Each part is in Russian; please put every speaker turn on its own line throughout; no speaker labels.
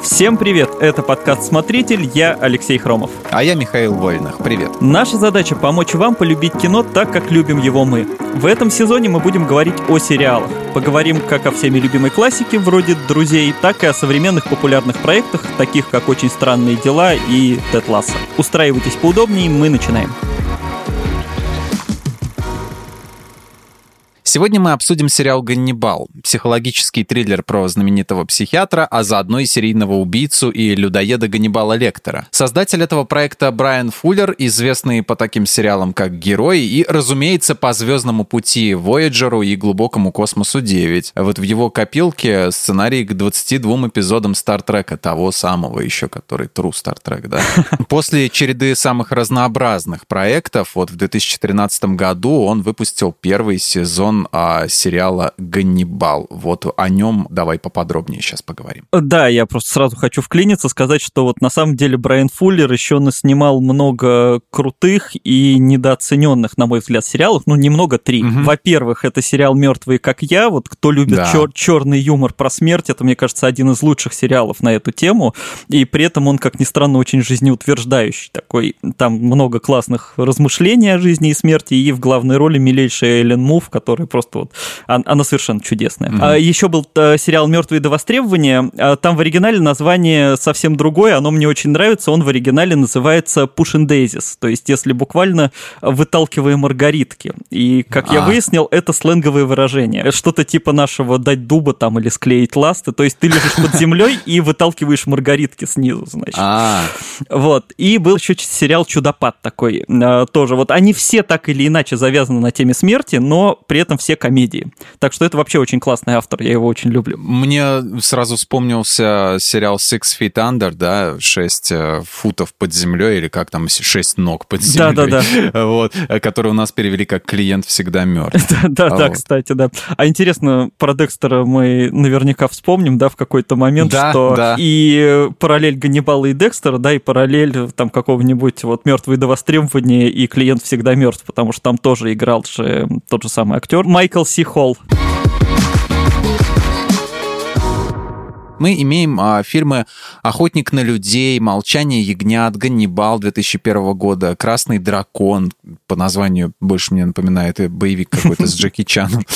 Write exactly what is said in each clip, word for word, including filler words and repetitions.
Всем привет! Это подкаст «Смотритель», я Алексей Хромов.
А я Михаил Вольных. Привет.
Наша задача — помочь вам полюбить кино так, как любим его мы. В этом сезоне мы будем говорить о сериалах. Поговорим как о всеми любимой классике, вроде «Друзей», так и о современных популярных проектах, таких как «Очень странные дела» и «Тед Лассо». Устраивайтесь поудобнее, мы начинаем.
Сегодня мы обсудим сериал «Ганнибал», психологический триллер про знаменитого психиатра, а заодно и серийного убийцу и людоеда Ганнибала Лектора. Создатель этого проекта Брайан Фуллер, известный по таким сериалам, как «Герой» и, разумеется, по «Звездному пути», «Вояджеру» и «Глубокому космосу девять». Вот в его копилке сценарий к двадцати двум эпизодам «Стартрека», того самого еще, который True Star Trek, да. После череды самых разнообразных проектов, вот в две тысячи тринадцатом году он выпустил первый сезон А, сериала «Ганнибал». Вот о нем давай поподробнее сейчас поговорим.
Да, я просто сразу хочу вклиниться, сказать, что вот на самом деле Брайан Фуллер еще наснимал много крутых и недооцененных, на мой взгляд, сериалов. Ну, немного, три. Угу. Во-первых, это сериал «Мертвые, как я». Вот кто любит да. чер- черный юмор про смерть, это, мне кажется, один из лучших сериалов на эту тему. И при этом он, как ни странно, очень жизнеутверждающий такой. Там много классных размышлений о жизни и смерти, и в главной роли милейшая Эллен Мув, которая просто вот, она совершенно чудесная. Mm-hmm. А еще был сериал «Мертвые до востребования». Там в оригинале название совсем другое, оно мне очень нравится. Он в оригинале называется «Pushing Daisies», то есть если буквально «выталкивая маргаритки». И, как а. я выяснил, это сленговое выражение. Что-то типа нашего «дать дуба» там или «склеить ласты». То есть ты лежишь под землей и выталкиваешь маргаритки снизу, значит. А. Вот. И был еще сериал «Чудопад» такой тоже. Вот они все так или иначе завязаны на теме смерти, но при этом все комедии. Так что это вообще очень классный автор, я его очень люблю.
Мне сразу вспомнился сериал Six Feet Under, да, шесть футов под землей, или как там, шесть ног под землей. Да-да-да. Вот, который у нас перевели как «Клиент всегда мертв».
Да-да, кстати, да. А интересно, про Декстера мы наверняка вспомним, да, в какой-то момент, да, что да. и параллель Ганнибала и Декстера, да, и параллель там какого-нибудь вот «Мертвые до востребования» и «Клиент всегда мертв», потому что там тоже играл же тот же самый актер Майкл Си Холл.
Мы имеем а, фильмы «Охотник на людей», «Молчание ягнят», «Ганнибал» две тысячи первого года, «Красный дракон», по названию больше мне напоминает боевик какой-то с Джеки Чаном,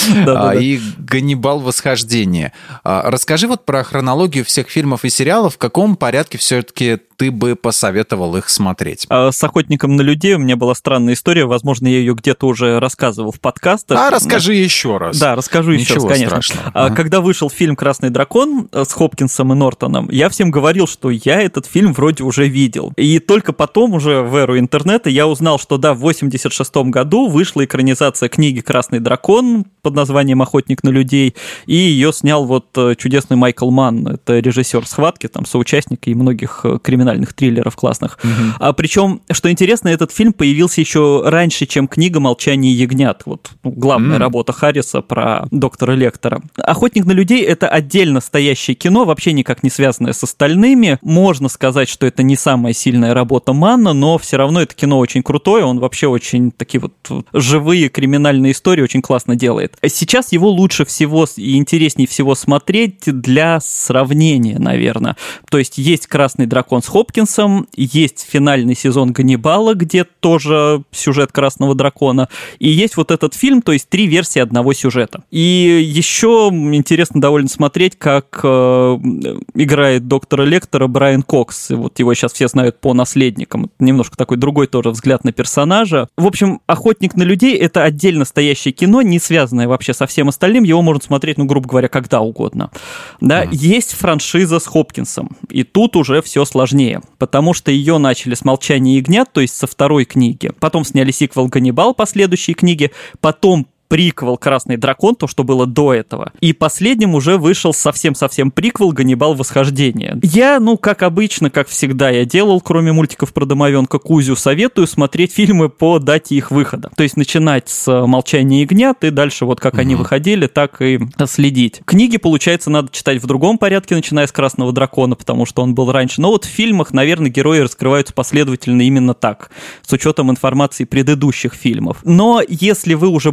и «Ганнибал. Восхождение». Расскажи вот про хронологию всех фильмов и сериалов, в каком порядке все-таки ты бы посоветовал их смотреть?
С «Охотником на людей» у меня была странная история, возможно, я ее где-то уже рассказывал в подкастах.
А расскажи еще раз.
Да, расскажу еще раз, конечно. Страшного. Когда вышел фильм «Красный дракон» с Хопкинсом и Нортоном, я всем говорил, что я этот фильм вроде уже видел. И только потом уже в эру интернета я узнал, что да, в восемьдесят шестом году вышла экранизация книги «Красный дракон» под названием «Охотник на людей», и ее снял вот чудесный Майкл Манн, это режиссер «Схватки», там соучастник и многих криминальных триллеров классных. Mm-hmm. А причем, что интересно, этот фильм появился еще раньше, чем книга «Молчание ягнят». Вот ну, главная mm-hmm. работа Харриса про доктора Лектора. «Охотник на людей» — это отдельно стоящее кино, вообще никак не связанное с остальными. Можно сказать, что это не самая сильная работа Манна, но все равно это кино очень крутое, он вообще очень такие вот живые криминальные истории очень классно делает. Сейчас его лучше всего и интереснее всего смотреть для сравнения, наверное. То есть есть «Красный дракон» с Хопкинсом, есть финальный сезон «Ганнибала», где тоже сюжет «Красного дракона», и есть вот этот фильм, то есть три версии одного сюжета. И еще интересно довольно смотреть, как э, играет доктора Лектора Брайан Кокс. Вот его сейчас все знают по «Наследникам». Немножко такой другой тоже взгляд на персонажа. В общем, «Охотник на людей» — это отдельно стоящее кино, не связанное вообще со всем остальным. Его можно смотреть, ну, грубо говоря, когда угодно. Да? Mm. Есть франшиза с Хопкинсом, и тут уже все сложнее, потому что ее начали с «Молчания ягнят», то есть со второй книги. Потом сняли сиквел «Ганнибал», последующие книги, потом приквел «Красный дракон», то, что было до этого. И последним уже вышел совсем-совсем приквел «Ганнибал. Восхождение». Я, ну, как обычно, как всегда я делал, кроме мультиков про домовенка Кузю, советую смотреть фильмы по дате их выхода. То есть начинать с «Молчания ягнят» и дальше вот как угу. они выходили, так и следить. Книги, получается, надо читать в другом порядке, начиная с «Красного дракона», потому что он был раньше. Но вот в фильмах, наверное, герои раскрываются последовательно именно так, с учетом информации предыдущих фильмов. Но если вы уже более-менее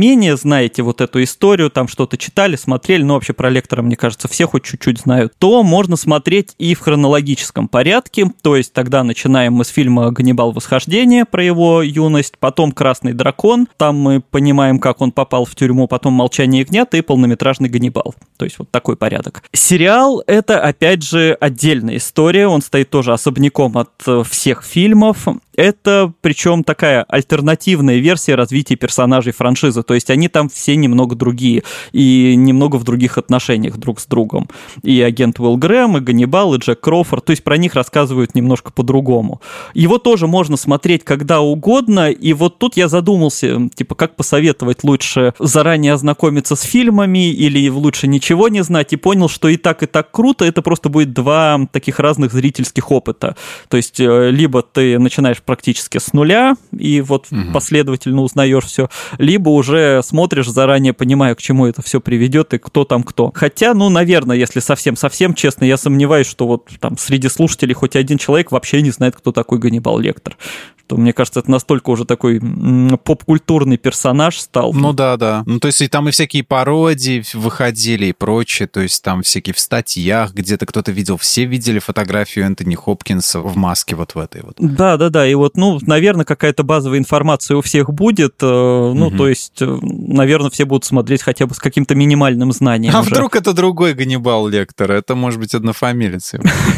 более-менее знаете вот эту историю, там что-то читали, смотрели, ну, вообще про Лектора, мне кажется, все хоть чуть-чуть знают, то можно смотреть и в хронологическом порядке, то есть тогда начинаем мы с фильма «Ганнибал. Восхождение» про его юность, потом «Красный дракон», там мы понимаем, как он попал в тюрьму, потом «Молчание ягнят» и полнометражный «Ганнибал». То есть вот такой порядок. Сериал — это, опять же, отдельная история, он стоит тоже особняком от всех фильмов. Это, причем, такая альтернативная версия развития персонажей франшизы, то есть они там все немного другие и немного в других отношениях друг с другом. И агент Уилл Грэм, и Ганнибал, и Джек Кроуфорд, то есть про них рассказывают немножко по-другому. Его тоже можно смотреть когда угодно, и вот тут я задумался, типа, как посоветовать: лучше заранее ознакомиться с фильмами или лучше ничего не знать, и понял, что и так, и так круто, это просто будет два таких разных зрительских опыта. То есть либо ты начинаешь практически с нуля, и вот угу. последовательно узнаешь все, либо уже смотришь заранее, понимая, к чему это все приведет и кто там кто. Хотя, ну, наверное, если совсем-совсем честно, я сомневаюсь, что вот там среди слушателей хоть один человек вообще не знает, кто такой Ганнибал Лектор. Что, мне кажется, это настолько уже такой м- поп-культурный персонаж стал.
Ну да, да. Ну то есть и там и всякие пародии выходили и прочее, то есть там всякие в статьях где-то кто-то видел, все видели фотографию Энтони Хопкинса в маске вот в этой вот.
Да, да, да, и вот, ну, наверное, какая-то базовая информация у всех будет, э, ну, угу. то есть, э, наверное, все будут смотреть хотя бы с каким-то минимальным знанием.
А
уже.
Вдруг это другой Ганнибал Лектор? Это, может быть, однофамилец?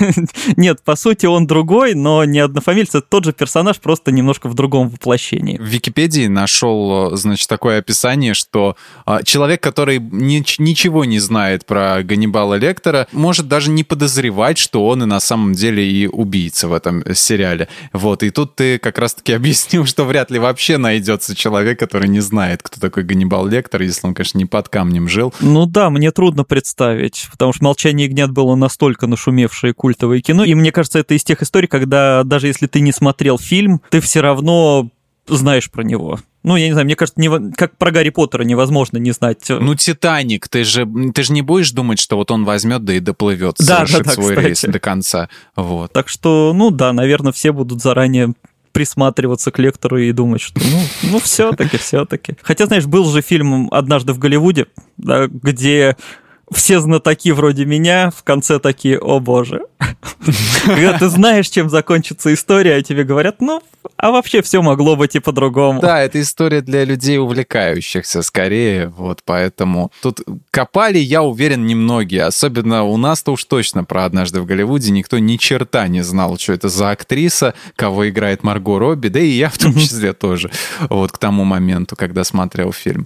Нет, по сути, он другой, но не однофамилец, это тот же персонаж, просто немножко в другом воплощении.
В Википедии нашел, значит, такое описание, что человек, который ни, ничего не знает про Ганнибала Лектора, может даже не подозревать, что он и на самом деле и убийца в этом сериале. Вот, и тут ты как раз-таки объяснил, что вряд ли вообще найдется человек, который не знает, кто такой Ганнибал Лектор, если он, конечно, не под камнем жил.
Ну да, мне трудно представить, потому что «Молчание ягнят» было настолько нашумевшее культовое кино, и мне кажется, это из тех историй, когда даже если ты не смотрел фильм, ты все равно знаешь про него. Ну, я не знаю, мне кажется, не, как про Гарри Поттера невозможно не знать.
Ну, «Титаник», ты же, ты же не будешь думать, что вот он возьмет, да и доплывет,
да,
совершит
да, да,
свой
кстати.
рейс до конца. Вот.
Так что, ну да, наверное, все будут заранее присматриваться к Лектору и думать, что ну, ну все-таки, все-таки. Хотя, знаешь, был же фильм «Однажды в Голливуде», да, где все знатоки вроде меня в конце такие: о боже. Когда ты знаешь, чем закончится история, а тебе говорят: ну, а вообще все могло быть и по-другому.
Да, это история для людей увлекающихся скорее, вот, поэтому тут копали, я уверен, немногие, особенно у нас-то уж точно про «Однажды в Голливуде» никто ни черта не знал, что это за актриса, кого играет Марго Робби, да и я в том числе тоже, вот, к тому моменту, когда смотрел фильм.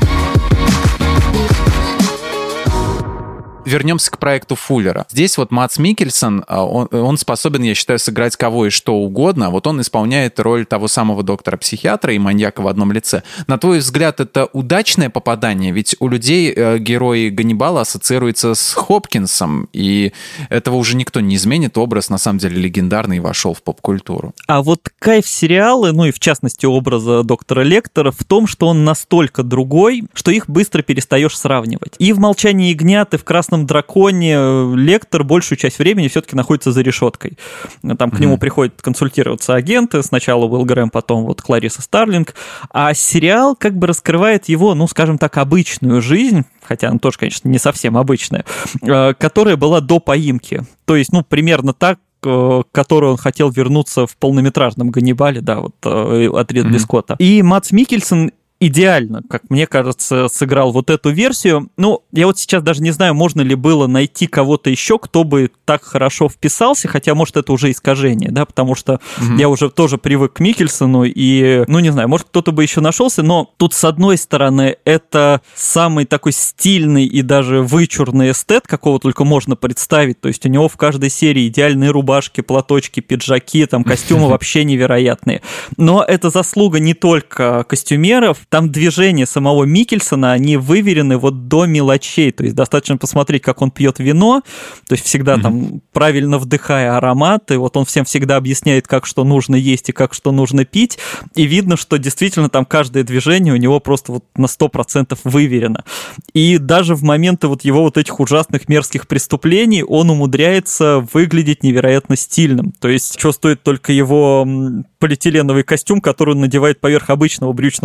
Вернемся к проекту Фуллера. Здесь вот Мадс Миккельсен, он, он способен, я считаю, сыграть кого и что угодно. Вот он исполняет роль того самого доктора-психиатра и маньяка в одном лице. На твой взгляд, это удачное попадание? Ведь у людей э, герой Ганнибала ассоциируется с Хопкинсом, и этого уже никто не изменит. Образ, на самом деле, легендарный и вошел в поп-культуру.
А вот кайф сериала, ну и в частности образа доктора Лектора, в том, что он настолько другой, что их быстро перестаешь сравнивать. И в «Молчании ягнят», и в «Красном драконе» Лектор большую часть времени все-таки находится за решеткой. Там к mm-hmm. нему приходят консультироваться агенты, сначала Уилл Грэм, потом вот Клариса Старлинг, а сериал как бы раскрывает его, ну, скажем так, обычную жизнь, хотя она тоже, конечно, не совсем обычная, которая была до поимки. То есть, ну, примерно так, к которой он хотел вернуться в полнометражном «Ганнибале», да, вот от Ридли mm-hmm. Скотта. И Мадс Миккельсен идеально, как мне кажется, сыграл вот эту версию. Ну, я вот сейчас даже не знаю, можно ли было найти кого-то еще, кто бы так хорошо вписался, хотя, может, это уже искажение, да, потому что mm-hmm. я уже тоже привык к Миккельсону, и, ну, не знаю, может, кто-то бы еще нашелся, но тут, с одной стороны, это самый такой стильный и даже вычурный эстет, какого только можно представить, то есть у него в каждой серии идеальные рубашки, платочки, пиджаки, там, костюмы вообще невероятные. Но это заслуга не только костюмеров, там движения самого Миккельсона, они выверены вот до мелочей, то есть достаточно посмотреть, как он пьет вино, то есть всегда mm-hmm. там правильно вдыхая ароматы, вот он всем всегда объясняет, как что нужно есть и как что нужно пить, и видно, что действительно там каждое движение у него просто вот на сто процентов выверено. И даже в моменты вот его вот этих ужасных мерзких преступлений он умудряется выглядеть невероятно стильным, то есть что стоит только его полиэтиленовый костюм, который он надевает поверх обычного брючного костюма,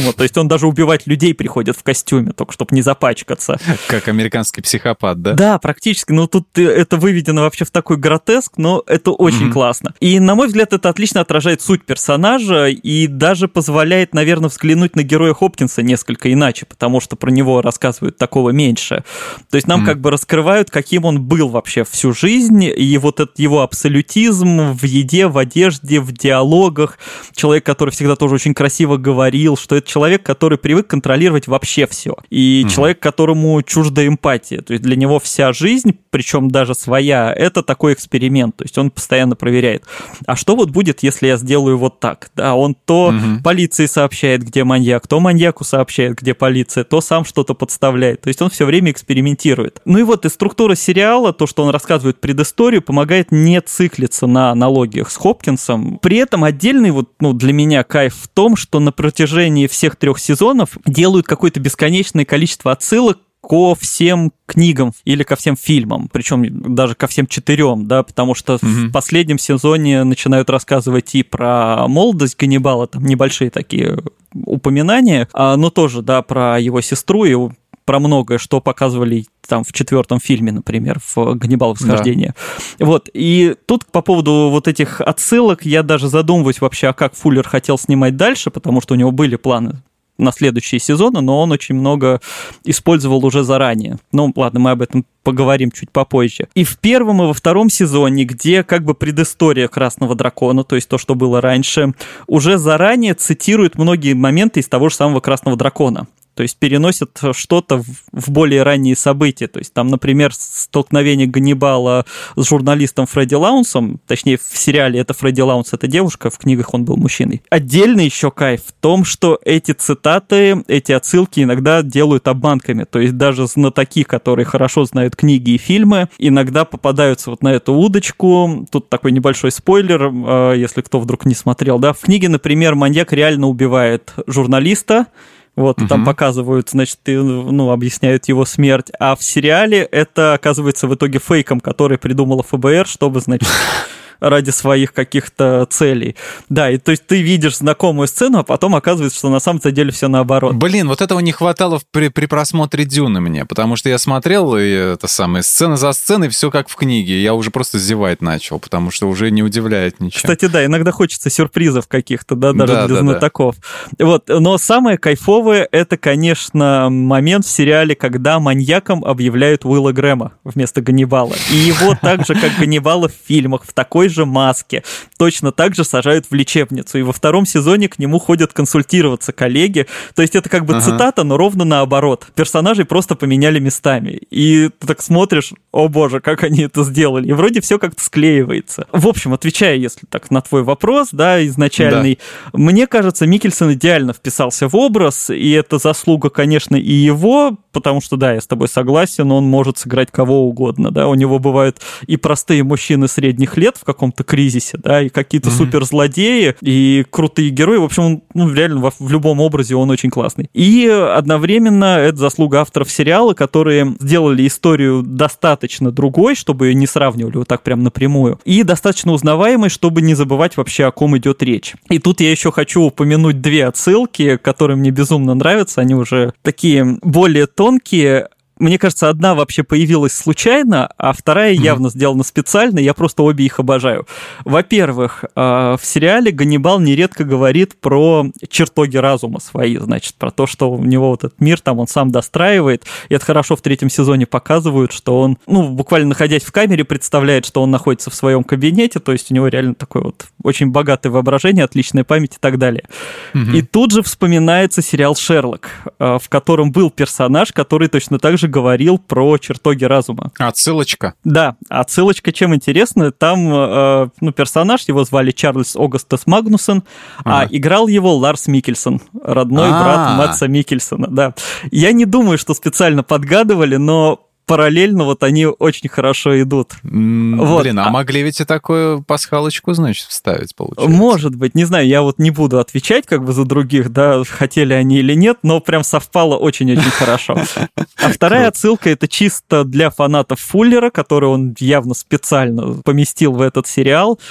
по-настоящему. То есть он даже убивать людей приходит в костюме, только чтобы не запачкаться.
Как американский психопат, да?
Да, практически. Ну, тут это выведено вообще в такой гротеск, но это очень mm-hmm. классно. И, на мой взгляд, это отлично отражает суть персонажа и даже позволяет, наверное, взглянуть на героя Хопкинса несколько иначе, потому что про него рассказывают такого меньше. То есть нам mm-hmm. как бы раскрывают, каким он был вообще всю жизнь, и вот этот его абсолютизм в еде, в одежде, в диалогах. Человек, который всегда тоже очень красиво говорил, что это человек, который привык контролировать вообще все. И mm-hmm. человек, которому чужда эмпатия. То есть для него вся жизнь, причем даже своя, это такой эксперимент. То есть он постоянно проверяет. А что вот будет, если я сделаю вот так? Да, он то mm-hmm. полиции сообщает, где маньяк, то маньяку сообщает, где полиция, то сам что-то подставляет. То есть он все время экспериментирует. Ну и вот и структура сериала, то, что он рассказывает предысторию, помогает не циклиться на аналогиях с Хопкинсом. При этом отдельный вот, ну, для меня кайф в том, что на протяжении всех трех сезонов делают какое-то бесконечное количество отсылок ко всем книгам или ко всем фильмам, причем даже ко всем четырем, да, потому что mm-hmm. в последнем сезоне начинают рассказывать и про молодость Ганнибала, там небольшие такие упоминания, но тоже, да, про его сестру и про многое, что показывали там в четвертом фильме, например, в «Ганнибал. Восхождение». Да. Вот, и тут по поводу вот этих отсылок я даже задумываюсь вообще, а как Фуллер хотел снимать дальше, потому что у него были планы на следующие сезоны, но он очень много использовал уже заранее. Ну, ладно, мы об этом поговорим чуть попозже. И в первом, и во втором сезоне, где как бы предыстория «Красного дракона», то есть то, что было раньше, уже заранее цитирует многие моменты из того же самого «Красного дракона». То есть переносят что-то в более ранние события. То есть там, например, столкновение Ганнибала с журналистом Фредди Лаунсом, точнее, в сериале это Фредди Лаунс, это девушка, в книгах он был мужчиной. Отдельно еще кайф в том, что эти цитаты, эти отсылки иногда делают обманками. То есть даже знатоки, которые хорошо знают книги и фильмы, иногда попадаются вот на эту удочку. Тут такой небольшой спойлер, если кто вдруг не смотрел. Да? В книге, например, маньяк реально убивает журналиста. Вот, uh-huh. там показывают, значит, ну, объясняют его смерть. А в сериале это оказывается в итоге фейком, который придумала эф бэ эр, чтобы, значит, ради своих каких-то целей. Да, и то есть ты видишь знакомую сцену, а потом оказывается, что на самом-то деле все наоборот.
Блин, вот этого не хватало при, при просмотре «Дюны» мне, потому что я смотрел, и это самое, сцена за сценой, все как в книге. Я уже просто зевать начал, потому что уже не удивляет ничего.
Кстати, да, иногда хочется сюрпризов каких-то, да, даже да, для да, знатоков. Да. Вот, но самое кайфовое, это, конечно, момент в сериале, когда маньяком объявляют Уилла Грэма вместо Ганнибала. И его так же, как Ганнибала в фильмах, в такой же маске, точно так же сажают в лечебницу. И во втором сезоне к нему ходят консультироваться коллеги. То есть это как бы ага. цитата, но ровно наоборот. Персонажей просто поменяли местами. И ты так смотришь, о боже, как они это сделали. И вроде все как-то склеивается. В общем, отвечая, если так на твой вопрос, да, изначальный, да. мне кажется, Миккельсон идеально вписался в образ, и это заслуга, конечно, и его, потому что, да, я с тобой согласен, он может сыграть кого угодно, да, у него бывают и простые мужчины средних лет в каком-то кризисе, да, и какие-то mm-hmm. суперзлодеи, и крутые герои, в общем, ну, реально, в, в любом образе он очень классный. И одновременно это заслуга авторов сериала, которые сделали историю достаточно другой, чтобы ее не сравнивали вот так прям напрямую, и достаточно узнаваемой, чтобы не забывать вообще, о ком идет речь. И тут я еще хочу упомянуть две отсылки, которые мне безумно нравятся, они уже такие более тонкие. Мне кажется, одна вообще появилась случайно, а вторая явно сделана специально, я просто обе их обожаю. Во-первых, в сериале Ганнибал нередко говорит про чертоги разума свои, значит, про то, что у него вот этот мир там он сам достраивает, и это хорошо в третьем сезоне показывают, что он, ну, буквально находясь в камере, представляет, что он находится в своем кабинете, то есть у него реально такое вот очень богатое воображение, отличная память и так далее. Угу. И тут же вспоминается сериал «Шерлок», в котором был персонаж, который точно так же говорил про чертоги разума.
Отсылочка.
Да, отсылочка чем интересна, там э, ну, персонаж, его звали Чарльз Огастес Магнусон, ага. а играл его Ларс Миккельсон, родной А-а-а. брат Мадса Миккельсона, да. Я не думаю, что специально подгадывали, но параллельно вот они очень хорошо идут.
Mm, вот. Блин, а, а могли ведь и такую пасхалочку, значит, вставить, получается?
Может быть, не знаю, я вот не буду отвечать как бы за других, да, хотели они или нет, но прям совпало очень-очень хорошо. А вторая отсылка — это чисто для фанатов Фуллера, который он явно специально поместил в этот сериал.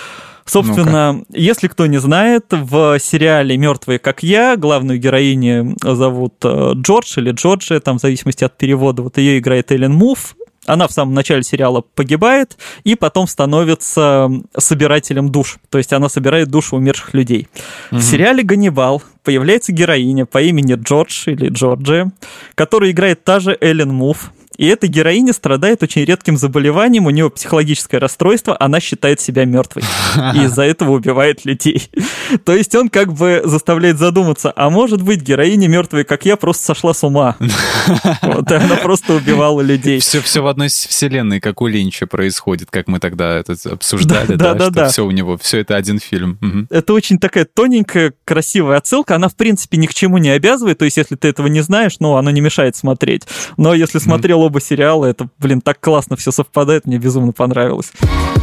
Собственно, ну-ка. Если кто не знает, в сериале «Мертвые как я» главную героиню зовут Джордж или Джорджия, там в зависимости от перевода. Вот ее играет Эллен Муф. Она в самом начале сериала погибает и потом становится собирателем душ. То есть она собирает души умерших людей. Угу. В сериале «Ганнибал» появляется героиня по имени Джордж или Джорджия, которую играет та же Эллен Муф. И эта героиня страдает очень редким заболеванием, у нее психологическое расстройство, она считает себя мертвой. И из-за этого убивает людей. То есть он как бы заставляет задуматься, а может быть, героиня мертвая, как я, просто сошла с ума. Вот, и она просто убивала людей.
Все, все в одной вселенной, как у Линча происходит, как мы тогда это обсуждали, да, да, да, что да. Все у него, все это один фильм. Угу.
Это очень такая тоненькая, красивая отсылка, она, в принципе, ни к чему не обязывает, то есть если ты этого не знаешь, ну, оно не мешает смотреть. Но если смотрел оба сериала, это, блин, так классно все совпадает, мне безумно понравилось.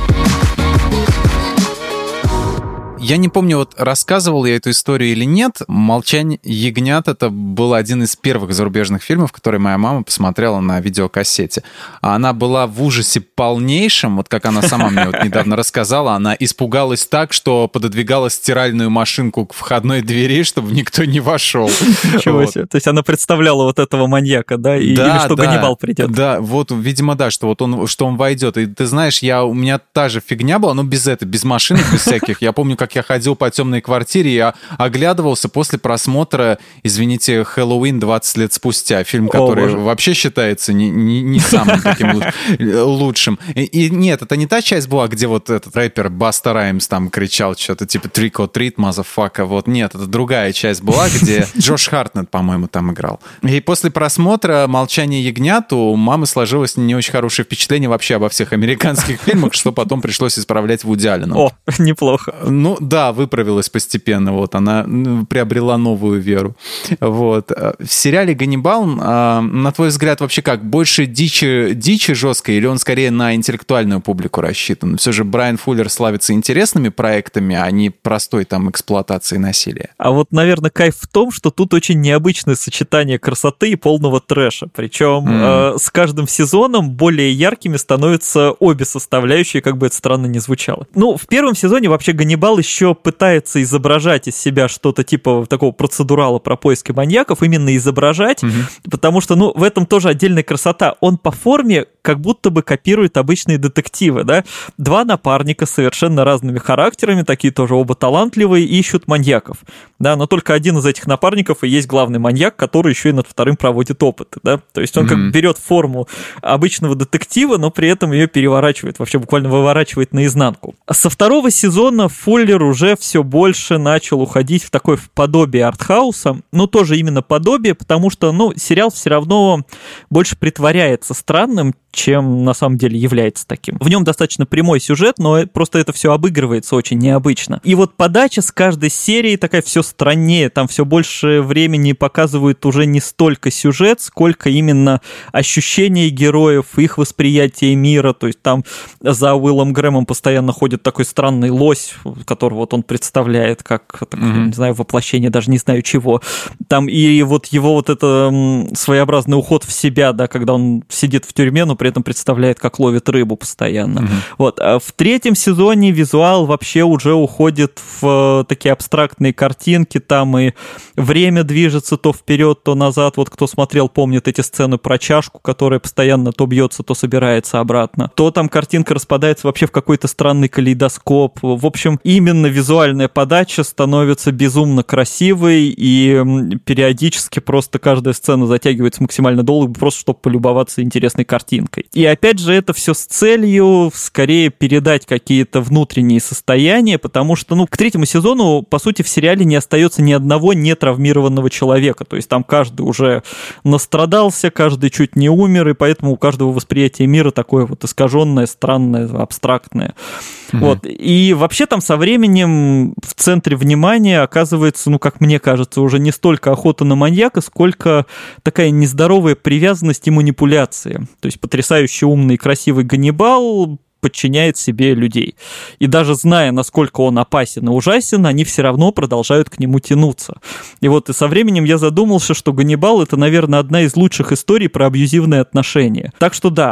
Я не помню, вот рассказывал я эту историю или нет. «Молчание ягнят» — это был один из первых зарубежных фильмов, которые моя мама посмотрела на видеокассете. Она была в ужасе полнейшем, вот как она сама мне вот недавно рассказала, она испугалась так, что пододвигала стиральную машинку к входной двери, чтобы никто не вошел.
Ничего себе. То есть она представляла вот этого маньяка, да? И, да, или что да, Ганнибал придет.
Да, вот, видимо, да, что вот он, что он войдет. И ты знаешь, я, у меня та же фигня была, но без этого, без машинок, без всяких. Я помню, как я ходил по темной квартире, я оглядывался после просмотра, извините, «Хэллоуин» двадцать лет спустя, фильм, который О, вообще считается не, не, не самым таким лучшим. И, и нет, это не та часть была, где вот этот рэпер Баста Раймс там кричал что-то типа «Trick or treat, motherfucker». Вот нет, это другая часть была, где Джош Хартнетт, по-моему, там играл. И после просмотра «Молчание ягнят» у мамы сложилось не очень хорошее впечатление вообще обо всех американских фильмах, что потом пришлось исправлять Вуди Алленом.
О, неплохо.
Ну да, выправилась постепенно, вот, она приобрела новую веру. Вот. В сериале «Ганнибал», на твой взгляд, вообще как, больше дичи, дичи жесткой, или он скорее на интеллектуальную публику рассчитан? Все же Брайан Фуллер славится интересными проектами, а не простой там эксплуатацией насилия.
А вот, наверное, кайф в том, что тут очень необычное сочетание красоты и полного трэша. Причем mm. э, с каждым сезоном более яркими становятся обе составляющие, как бы это странно ни звучало. Ну, в первом сезоне вообще Ганнибал еще пытается изображать из себя что-то типа такого процедурала про поиски маньяков, именно изображать, угу. потому что, ну, в этом тоже отдельная красота. Он по форме как будто бы копирует обычные детективы, да? Два напарника с совершенно разными характерами, такие тоже оба талантливые, ищут маньяков, да, но только один из этих напарников и есть главный маньяк, который еще и над вторым проводит опыты, да, то есть он угу. как берет форму обычного детектива, но при этом ее переворачивает, вообще буквально выворачивает наизнанку. Со второго сезона Фуллер уже все больше начал уходить в такое в подобие артхауса, но тоже именно подобие, потому что, ну, сериал все равно больше притворяется странным, чем на самом деле является таким. В нем достаточно прямой сюжет, но просто это все обыгрывается очень необычно. И вот подача с каждой серии такая все страннее, там все больше времени показывают уже не столько сюжет, сколько именно ощущения героев, их восприятие мира, то есть там за Уиллом Грэмом постоянно ходит такой странный лось, которого вот он представляет как, так, mm-hmm. не знаю, воплощение, даже не знаю чего. Там и вот его вот это своеобразный уход в себя, да, когда он сидит в тюрьме, но при этом представляет, как ловит рыбу постоянно. Mm-hmm. Вот. А в третьем сезоне визуал вообще уже уходит в такие абстрактные картинки, там и время движется то вперед, то назад. Вот кто смотрел, помнит эти сцены про чашку, которая постоянно то бьется, то собирается обратно. То там картинка распадается вообще в какой-то странный калейдоскоп. В общем, именно визуальная подача становится безумно красивой, и периодически просто каждая сцена затягивается максимально долго, просто чтобы полюбоваться интересной картинкой. И опять же, это все с целью скорее передать какие-то внутренние состояния, потому что, ну, к третьему сезону, по сути, в сериале не остается ни одного нетравмированного человека, то есть там каждый уже настрадался, каждый чуть не умер, и поэтому у каждого восприятие мира такое вот искаженное, странное, абстрактное. Mm-hmm. Вот. И вообще там со временем в центре внимания оказывается, ну, как мне кажется, уже не столько охота на маньяка, сколько такая нездоровая привязанность и манипуляция. То есть потрясающе умный и красивый Ганнибал подчиняет себе людей. И даже зная, насколько он опасен и ужасен, они все равно продолжают к нему тянуться. И вот и со временем я задумался, что Ганнибал — это, наверное, одна из лучших историй про абьюзивные отношения. Так что да,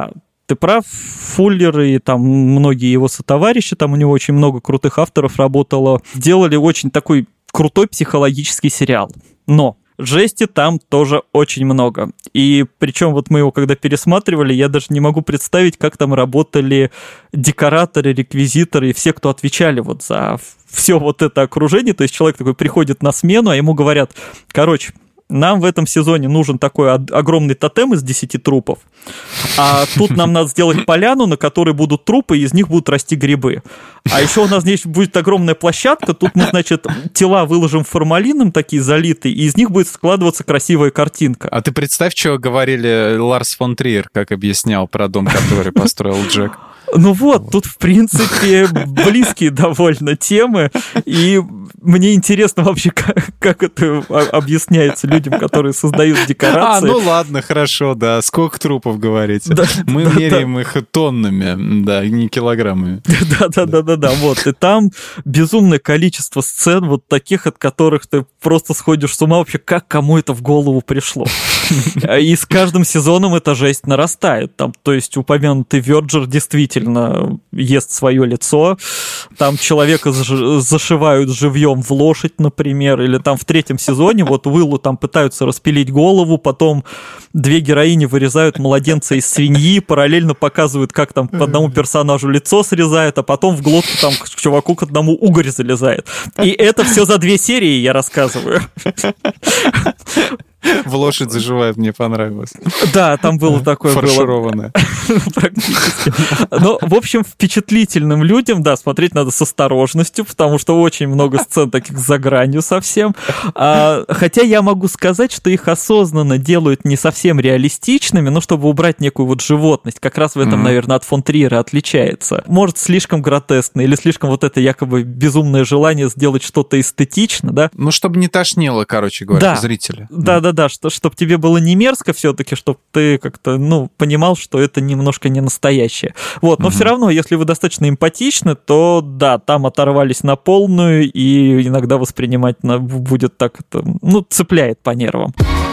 ты прав, Фуллер и там многие его сотоварищи, там у него очень много крутых авторов работало, делали очень такой крутой психологический сериал. Но жести там тоже очень много. И причем вот мы его когда пересматривали, я даже не могу представить, как там работали декораторы, реквизиторы и все, кто отвечали вот за все вот это окружение. То есть человек такой приходит на смену, а ему говорят, короче, нам в этом сезоне нужен такой огромный тотем из десяти трупов, а тут нам надо сделать поляну, на которой будут трупы, и из них будут расти грибы. А еще у нас здесь будет огромная площадка, тут мы, значит, тела выложим формалином, такие залитые, и из них будет складываться красивая картинка.
А ты представь, что говорили Ларс фон Триер, как объяснял про дом, который построил Джек.
Ну вот, тут, в принципе, близкие довольно темы, и мне интересно вообще, как, как это объясняется людям, которые создают декорации.
А, ну ладно, хорошо, да. Сколько трупов, говорите? Да, Мы да, меряем да. их тоннами, да, не килограммами.
Да-да-да-да-да, вот. И там безумное количество сцен, вот таких, от которых ты просто сходишь с ума вообще, как кому это в голову пришло. И с каждым сезоном эта жесть нарастает. Там, то есть упомянутый Верджер действительно ест свое лицо, там человека зашивают живьем в лошадь, например, или там в третьем сезоне вот Уиллу там пытаются распилить голову, потом две героини вырезают младенца из свиньи, параллельно показывают, как там по одному персонажу лицо срезают, а потом в глотку там к чуваку к одному угорь залезает. И это все за две серии я рассказываю.
В лошадь заживает, мне понравилось.
Да, там было такое.
Фаршированное.
Практически. Но, в общем, впечатлительным людям, да, смотреть надо с осторожностью, потому что очень много сцен таких за гранью совсем. А, хотя я могу сказать, что их осознанно делают не совсем реалистичными, но чтобы убрать некую вот животность. Как раз в этом, mm-hmm. наверное, от фон Триера отличается. Может, слишком гротескно или слишком вот это якобы безумное желание сделать что-то эстетично, да?
Ну, чтобы не тошнило, короче говоря, да. зрителя.
Да, да, да, что, чтобы тебе было не мерзко все-таки, чтобы ты как-то, ну, понимал, что это немножко не настоящее. Вот, но угу. все равно, если вы достаточно эмпатичны, то да, там оторвались на полную, и иногда воспринимать на, будет так, это, ну, цепляет по нервам.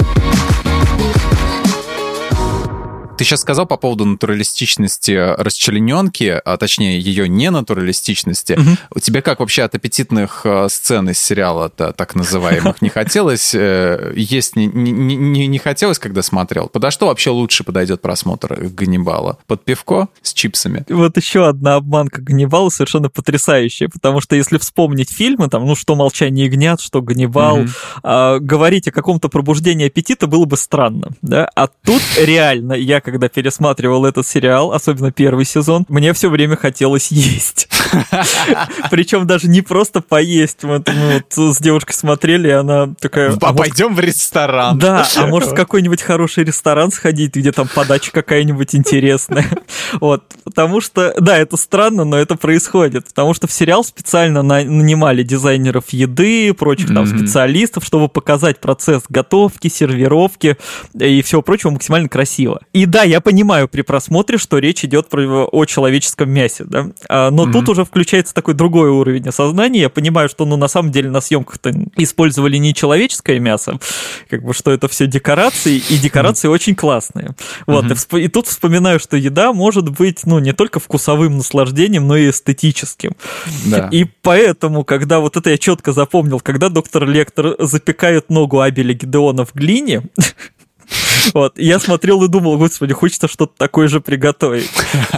Ты сейчас сказал по поводу натуралистичности расчлененки, а точнее ее ненатуралистичности. Угу. Тебе как вообще от аппетитных сцен из сериала-то, так называемых, не хотелось? Есть не, не, не, не хотелось, когда смотрел? Подо что вообще лучше подойдет просмотр Ганнибала? Под пивко с чипсами?
Вот еще одна обманка Ганнибала совершенно потрясающая, потому что если вспомнить фильмы, там, ну, что «Молчание ягнят», что «Ганнибал», угу. а, говорить о каком-то пробуждении аппетита было бы странно, да? А тут реально я когда пересматривал этот сериал, особенно первый сезон, мне все время хотелось есть. Причем даже не просто поесть. Мы вот с девушкой смотрели, и она такая...
А пойдем в ресторан.
Да, а может в какой-нибудь хороший ресторан сходить, где там подача какая-нибудь интересная. Вот, потому что, да, это странно, но это происходит, потому что в сериал специально нанимали дизайнеров еды, прочих там специалистов, чтобы показать процесс готовки, сервировки и всего прочего максимально красиво. И да, я понимаю при просмотре, что речь идет про, о человеческом мясе, да, а, но mm-hmm. тут уже включается такой другой уровень осознания. Я понимаю, что, ну, на самом деле на съемках-то использовали не человеческое мясо, как бы, что это все декорации, и декорации mm-hmm. очень классные. Вот, mm-hmm. и, всп- и тут вспоминаю, что еда может быть, ну, не только вкусовым наслаждением, но и эстетическим. Да. И поэтому, когда вот это я четко запомнил, когда доктор Лектор запекает ногу Абеля Гидеона в глине, вот, я смотрел и думал, господи, хочется что-то такое же приготовить.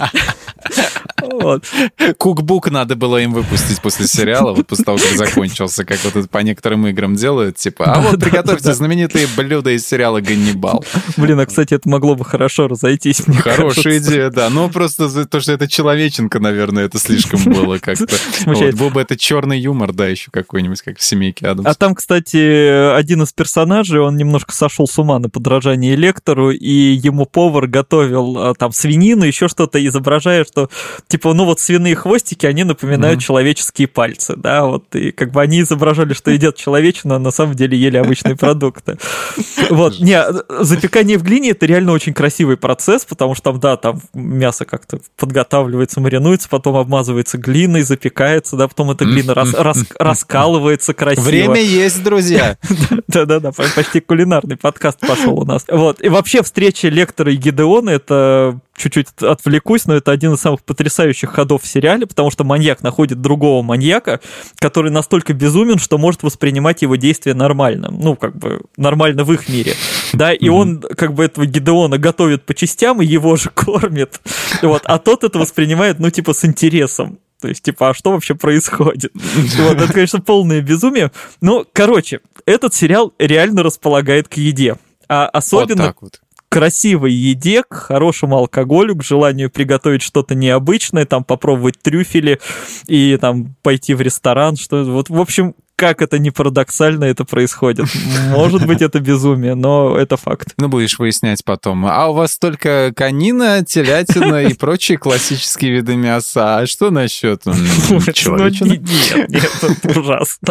Вот. Кукбук надо было им выпустить после сериала, вот после того, как закончился, как вот это по некоторым играм делают, типа, а вот приготовьте знаменитые блюда из сериала «Ганнибал».
Блин, а, кстати, это могло бы хорошо разойтись, мне
Хорошая
кажется.
идея, да, но просто то, что это человеченко, наверное, это слишком было как-то. Вот, был бы это черный юмор, да, еще какой-нибудь, как в «Семейке Адамс».
А там, кстати, один из персонажей, он немножко сошел с ума на подражание Лектору, и ему повар готовил там свинину, еще что-то, изображая, что типа, ну вот свиные хвостики, они напоминают mm-hmm. человеческие пальцы, да, вот, и как бы они изображали, что едят человечину, а на самом деле ели обычные продукты. Вот, не, запекание в глине — это реально очень красивый процесс, потому что там, да, там мясо как-то подготавливается, маринуется, потом обмазывается глиной, запекается, да, потом эта глина рас, рас, раскалывается красиво.
Время есть, друзья!
Да-да-да, почти кулинарный подкаст пошел у нас. Вот, и вообще встреча Лектора и Гидеона — это чуть-чуть отвлекусь, но это один из самых потрясающих ходов в сериале, потому что маньяк находит другого маньяка, который настолько безумен, что может воспринимать его действия нормально. Ну, как бы, нормально в их мире. Да, и он, как бы, этого Гидеона готовит по частям и его же кормит. Вот, а тот это воспринимает, ну, типа, с интересом. То есть, типа, а что вообще происходит? Вот, это, конечно, полное безумие. Но, короче, этот сериал реально располагает к еде. А особенно... Вот так вот. Красивой еде, к хорошему алкоголю, к желанию приготовить что-то необычное, там попробовать трюфели и там пойти в ресторан, что вот, в общем, как это ни парадоксально это происходит. Может быть, это безумие, но это факт.
Ну, будешь выяснять потом. А у вас только конина, телятина и прочие классические виды мяса. А что насчет человечины?
Нет, нет, это ужасно.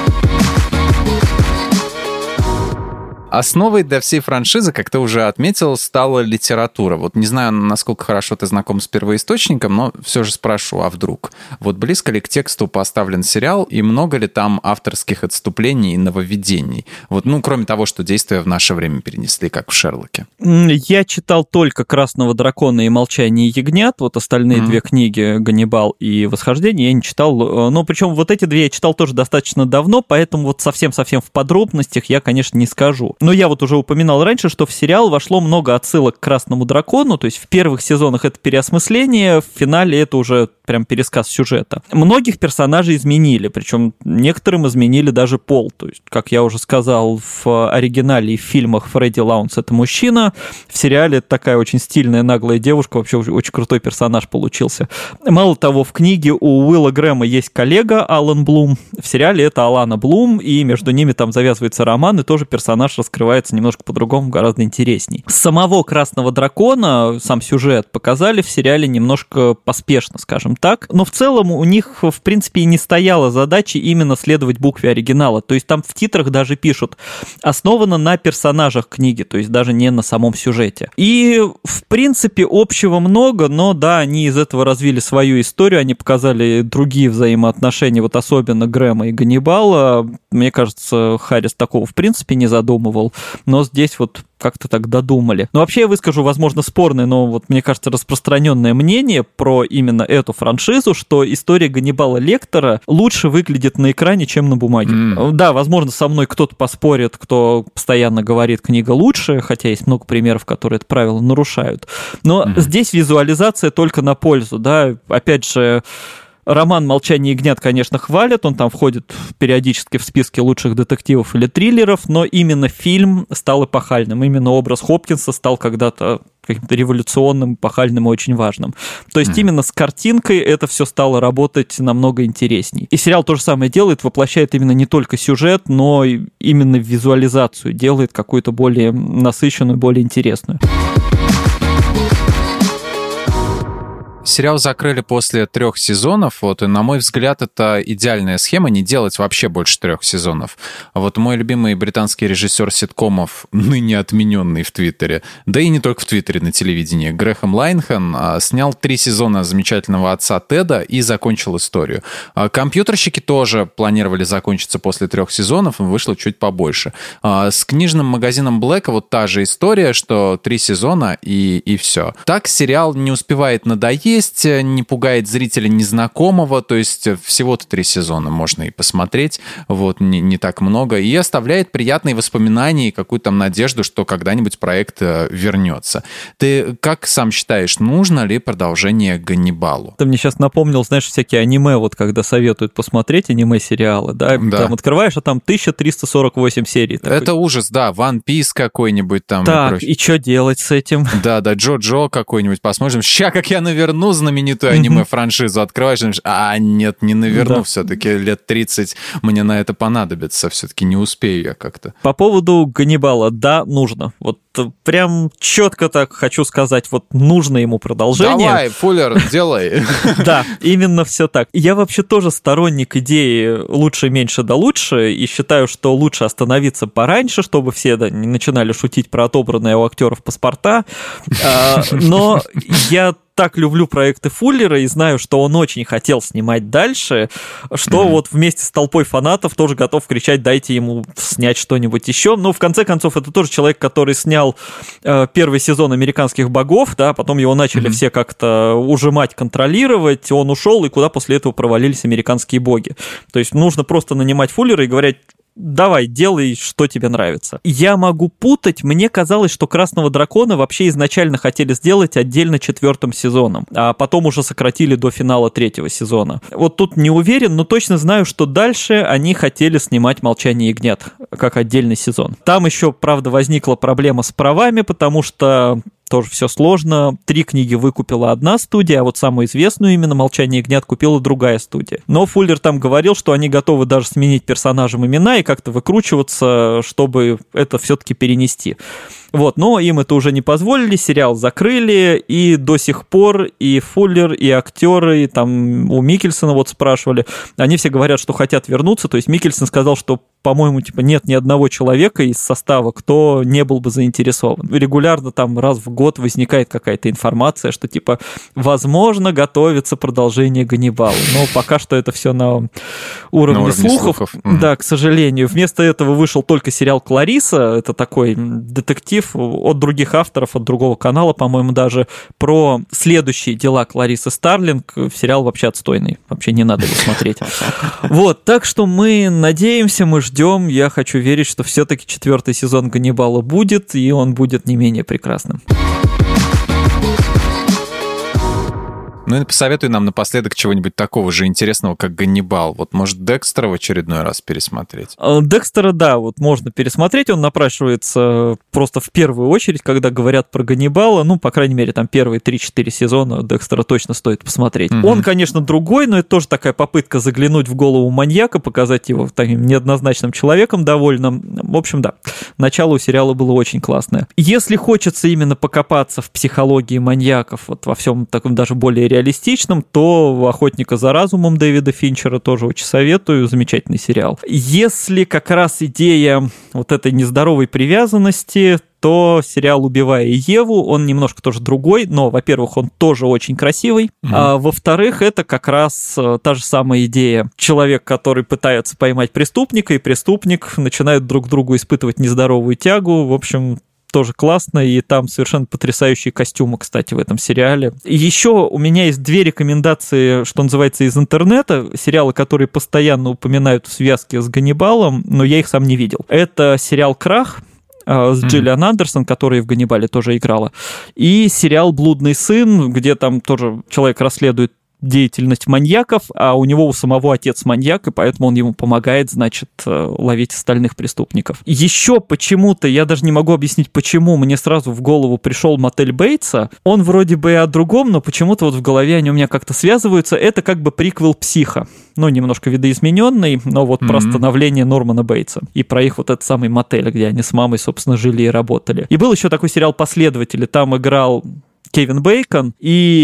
Основой для всей франшизы, как ты уже отметил, стала литература. Вот не знаю, насколько хорошо ты знаком с первоисточником, но все же спрошу, а вдруг? Вот близко ли к тексту поставлен сериал, и много ли там авторских отступлений и нововведений? Вот, ну, кроме того, что действия в наше время перенесли, как в «Шерлоке».
Я читал только «Красного дракона» и «Молчание ягнят», вот остальные mm-hmm. две книги «Ганнибал» и «Восхождение» я не читал. Ну, причем вот эти две я читал тоже достаточно давно, поэтому вот совсем-совсем в подробностях я, конечно, не скажу. Но я вот уже упоминал раньше, что в сериал вошло много отсылок к «Красному дракону», то есть в первых сезонах это переосмысление, в финале это уже прям пересказ сюжета. Многих персонажей изменили, причем некоторым изменили даже пол. То есть, как я уже сказал, в оригинале и в фильмах Фредди Лаунс — это мужчина, в сериале это такая очень стильная, наглая девушка, вообще очень крутой персонаж получился. Мало того, в книге у Уилла Грэма есть коллега Алан Блум, в сериале это Алана Блум, и между ними там завязывается роман, и тоже персонаж раскрывается немножко по-другому, гораздо интересней. Самого «Красного дракона», сам сюжет показали в сериале немножко поспешно, скажем так, но в целом у них, в принципе, и не стояла задача именно следовать букве оригинала, то есть там в титрах даже пишут «основано на персонажах книги», то есть даже не на самом сюжете. И, в принципе, общего много, но да, они из этого развили свою историю, они показали другие взаимоотношения, вот особенно Грэма и Ганнибала. Мне кажется, Харрис такого в принципе не задумывал, но здесь вот как-то так додумали. Но вообще я выскажу, возможно, спорное, но вот мне кажется, распространенное мнение про именно эту франшизу, что история Ганнибала Лектора лучше выглядит на экране, чем на бумаге. Mm. Да, возможно, со мной кто-то поспорит, кто постоянно говорит, книга лучше, хотя есть много примеров, которые это правило нарушают. Но mm. здесь визуализация только на пользу, да, опять же, роман «Молчание ягнят», конечно, хвалят, он там входит периодически в списки лучших детективов или триллеров, но именно фильм стал эпохальным, именно образ Хопкинса стал когда-то каким-то революционным, эпохальным и очень важным. То есть mm. именно с картинкой это все стало работать намного интересней. И сериал то же самое делает, воплощает именно не только сюжет, но и именно визуализацию, делает какую-то более насыщенную, более интересную.
Сериал закрыли после трех сезонов, вот, и, на мой взгляд, это идеальная схема, не делать вообще больше трех сезонов. Вот мой любимый британский режиссер ситкомов, ныне отмененный в Твиттере, да и не только в Твиттере, на телевидении, Грэхэм Лайнхан, снял три сезона «Замечательного отца Теда» и закончил историю. Компьютерщики тоже планировали закончиться после трех сезонов, и вышло чуть побольше. С книжным магазином Блэка вот та же история, что три сезона и, и все. Так сериал не успевает надоесть, не пугает зрителя незнакомого, то есть всего-то три сезона можно и посмотреть, вот, не, не так много, и оставляет приятные воспоминания и какую-то там надежду, что когда-нибудь проект вернется. Ты как сам считаешь, нужно ли продолжение «Ганнибалу»?
Ты мне сейчас напомнил, знаешь, всякие аниме, вот когда советуют посмотреть аниме-сериалы, да, да. Там открываешь, а там тысяча триста сорок восемь серий. Такой.
Это ужас, да, One Piece какой-нибудь там.
Так, и, и что делать с этим?
Да-да, Джо-Джо какой-нибудь посмотрим. Ща, как я наверну знаменитую аниме-франшизу, открываешь, и думаешь, а нет, не наверну, да. Все-таки лет тридцать мне на это понадобится, все-таки не успею я как-то.
По поводу «Ганнибала», да, нужно. Вот прям четко так хочу сказать, вот нужно ему продолжение.
Давай, Фуллер, делай.
Да, именно все так. Я вообще тоже сторонник идеи «лучше, меньше, да лучше», и считаю, что лучше остановиться пораньше, чтобы все не начинали шутить про отобранные у актеров паспорта. Но я так люблю проекты Фуллера и знаю, что он очень хотел снимать дальше, что mm-hmm. вот вместе с толпой фанатов тоже готов кричать: дайте ему снять что-нибудь еще. Но в конце концов это тоже человек, который снял э, первый сезон «Американских богов», да, потом его начали mm-hmm. все как-то ужимать, контролировать, он ушел, и куда после этого провалились «Американские боги». То есть нужно просто нанимать Фуллера и говорить: давай, делай, что тебе нравится. Я могу путать, мне казалось, что «Красного дракона» вообще изначально хотели сделать отдельно четвертым сезоном, а потом уже сократили до финала третьего сезона. Вот тут не уверен, но точно знаю, что дальше они хотели снимать «Молчание ягнят» как отдельный сезон. Там еще, правда, возникла проблема с правами, потому что тоже все сложно. Три книги выкупила одна студия, а вот самую известную именно «Молчание ягнят» купила другая студия. Но Фуллер там говорил, что они готовы даже сменить персонажам имена и как-то выкручиваться, чтобы это все-таки перенести. Вот, но им это уже не позволили, сериал закрыли, и до сих пор и Фуллер, и актеры, и там у Миккельсона вот спрашивали, они все говорят, что хотят вернуться, то есть Миккельсон сказал, что, по-моему, типа нет ни одного человека из состава, кто не был бы заинтересован. Регулярно там раз в год возникает какая-то информация, что типа возможно готовится продолжение «Ганнибала», но пока что это все на уровне, на уровне слухов. слухов. Да, к сожалению. Вместо этого вышел только сериал «Клариса», это такой детектив от других авторов, от другого канала, по-моему, даже про следующие дела Кларисы Старлинг. Сериал вообще отстойный, вообще не надо его смотреть. Вот, так что мы надеемся, мы ждем, я хочу верить, что все-таки четвертый сезон «Ганнибала» будет, и он будет не менее прекрасным.
Ну и посоветуй нам напоследок чего-нибудь такого же интересного, как «Ганнибал». Вот, может, «Декстера» в очередной раз пересмотреть?
«Декстера», да, вот можно пересмотреть. Он напрашивается просто в первую очередь, когда говорят про «Ганнибала». Ну, по крайней мере, там первые три-четыре сезона «Декстера» точно стоит посмотреть. Mm-hmm. Он, конечно, другой, но это тоже такая попытка заглянуть в голову маньяка, показать его таким неоднозначным человеком довольно. В общем, да, начало у сериала было очень классное. Если хочется именно покопаться в психологии маньяков, вот во всем таком даже более реалистичном, то «Охотника за разумом» Дэвида Финчера тоже очень советую, замечательный сериал. Если как раз идея вот этой нездоровой привязанности, то сериал «Убивая Еву», он немножко тоже другой, но, во-первых, он тоже очень красивый, mm-hmm. а во-вторых, это как раз та же самая идея. Человек, который пытается поймать преступника, и преступник начинает друг к другу испытывать нездоровую тягу, в общем, тоже классно, и там совершенно потрясающие костюмы, кстати, в этом сериале. Еще у меня есть две рекомендации, что называется, из интернета, сериалы, которые постоянно упоминают в связке с «Ганнибалом», но я их сам не видел. Это сериал «Крах» с Джиллиан mm-hmm. Андерсон, которая в «Ганнибале» тоже играла, и сериал «Блудный сын», где там тоже человек расследует деятельность маньяков, а у него у самого отец маньяк, и поэтому он ему помогает, значит, ловить остальных преступников. Еще почему-то, я даже не могу объяснить, почему мне сразу в голову пришел «Мотель Бейтса». Он вроде бы и о другом, но почему-то вот в голове они у меня как-то связываются. Это как бы приквел «Психа». Ну, немножко видоизмененный, но вот mm-hmm. про становление Нормана Бейтса. И про их вот этот самый мотель, где они с мамой, собственно, жили и работали. И был еще такой сериал «Последователи». Там играл Кевин Бейкон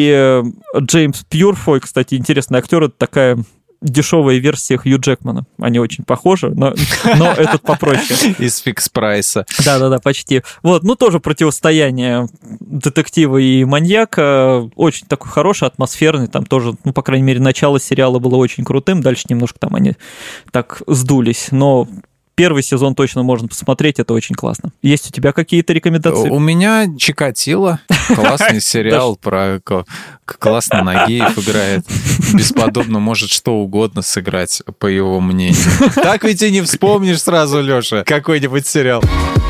и Джеймс Пьюрфой, кстати, интересный актер, это такая дешевая версия Хью Джекмана. Они очень похожи, но, но этот попроще.
Из Фикс-прайса.
Да-да-да, почти. Вот, ну тоже противостояние детектива и маньяка. Очень такой хороший, атмосферный. Там тоже, ну, по крайней мере, начало сериала было очень крутым. Дальше немножко там они так сдулись. Но первый сезон точно можно посмотреть, это очень классно. Есть у тебя какие-то рекомендации?
У меня «Чикатило». Классный сериал про... Классно Нагиев играет. Бесподобно может что угодно сыграть, по его мнению. Так ведь и не вспомнишь сразу, Лёша, какой-нибудь сериал.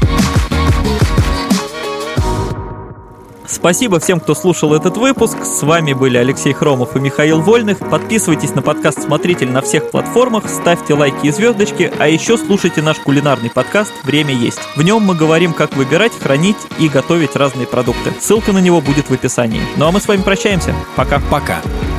Спасибо всем, кто слушал этот выпуск. С вами были Алексей Хромов и Михаил Вольных. Подписывайтесь на подкаст «Смотритель» на всех платформах, ставьте лайки и звездочки, а еще слушайте наш кулинарный подкаст «Время есть». В нем мы говорим, как выбирать, хранить и готовить разные продукты. Ссылка на него будет в описании. Ну а мы с вами прощаемся. Пока.
Пока.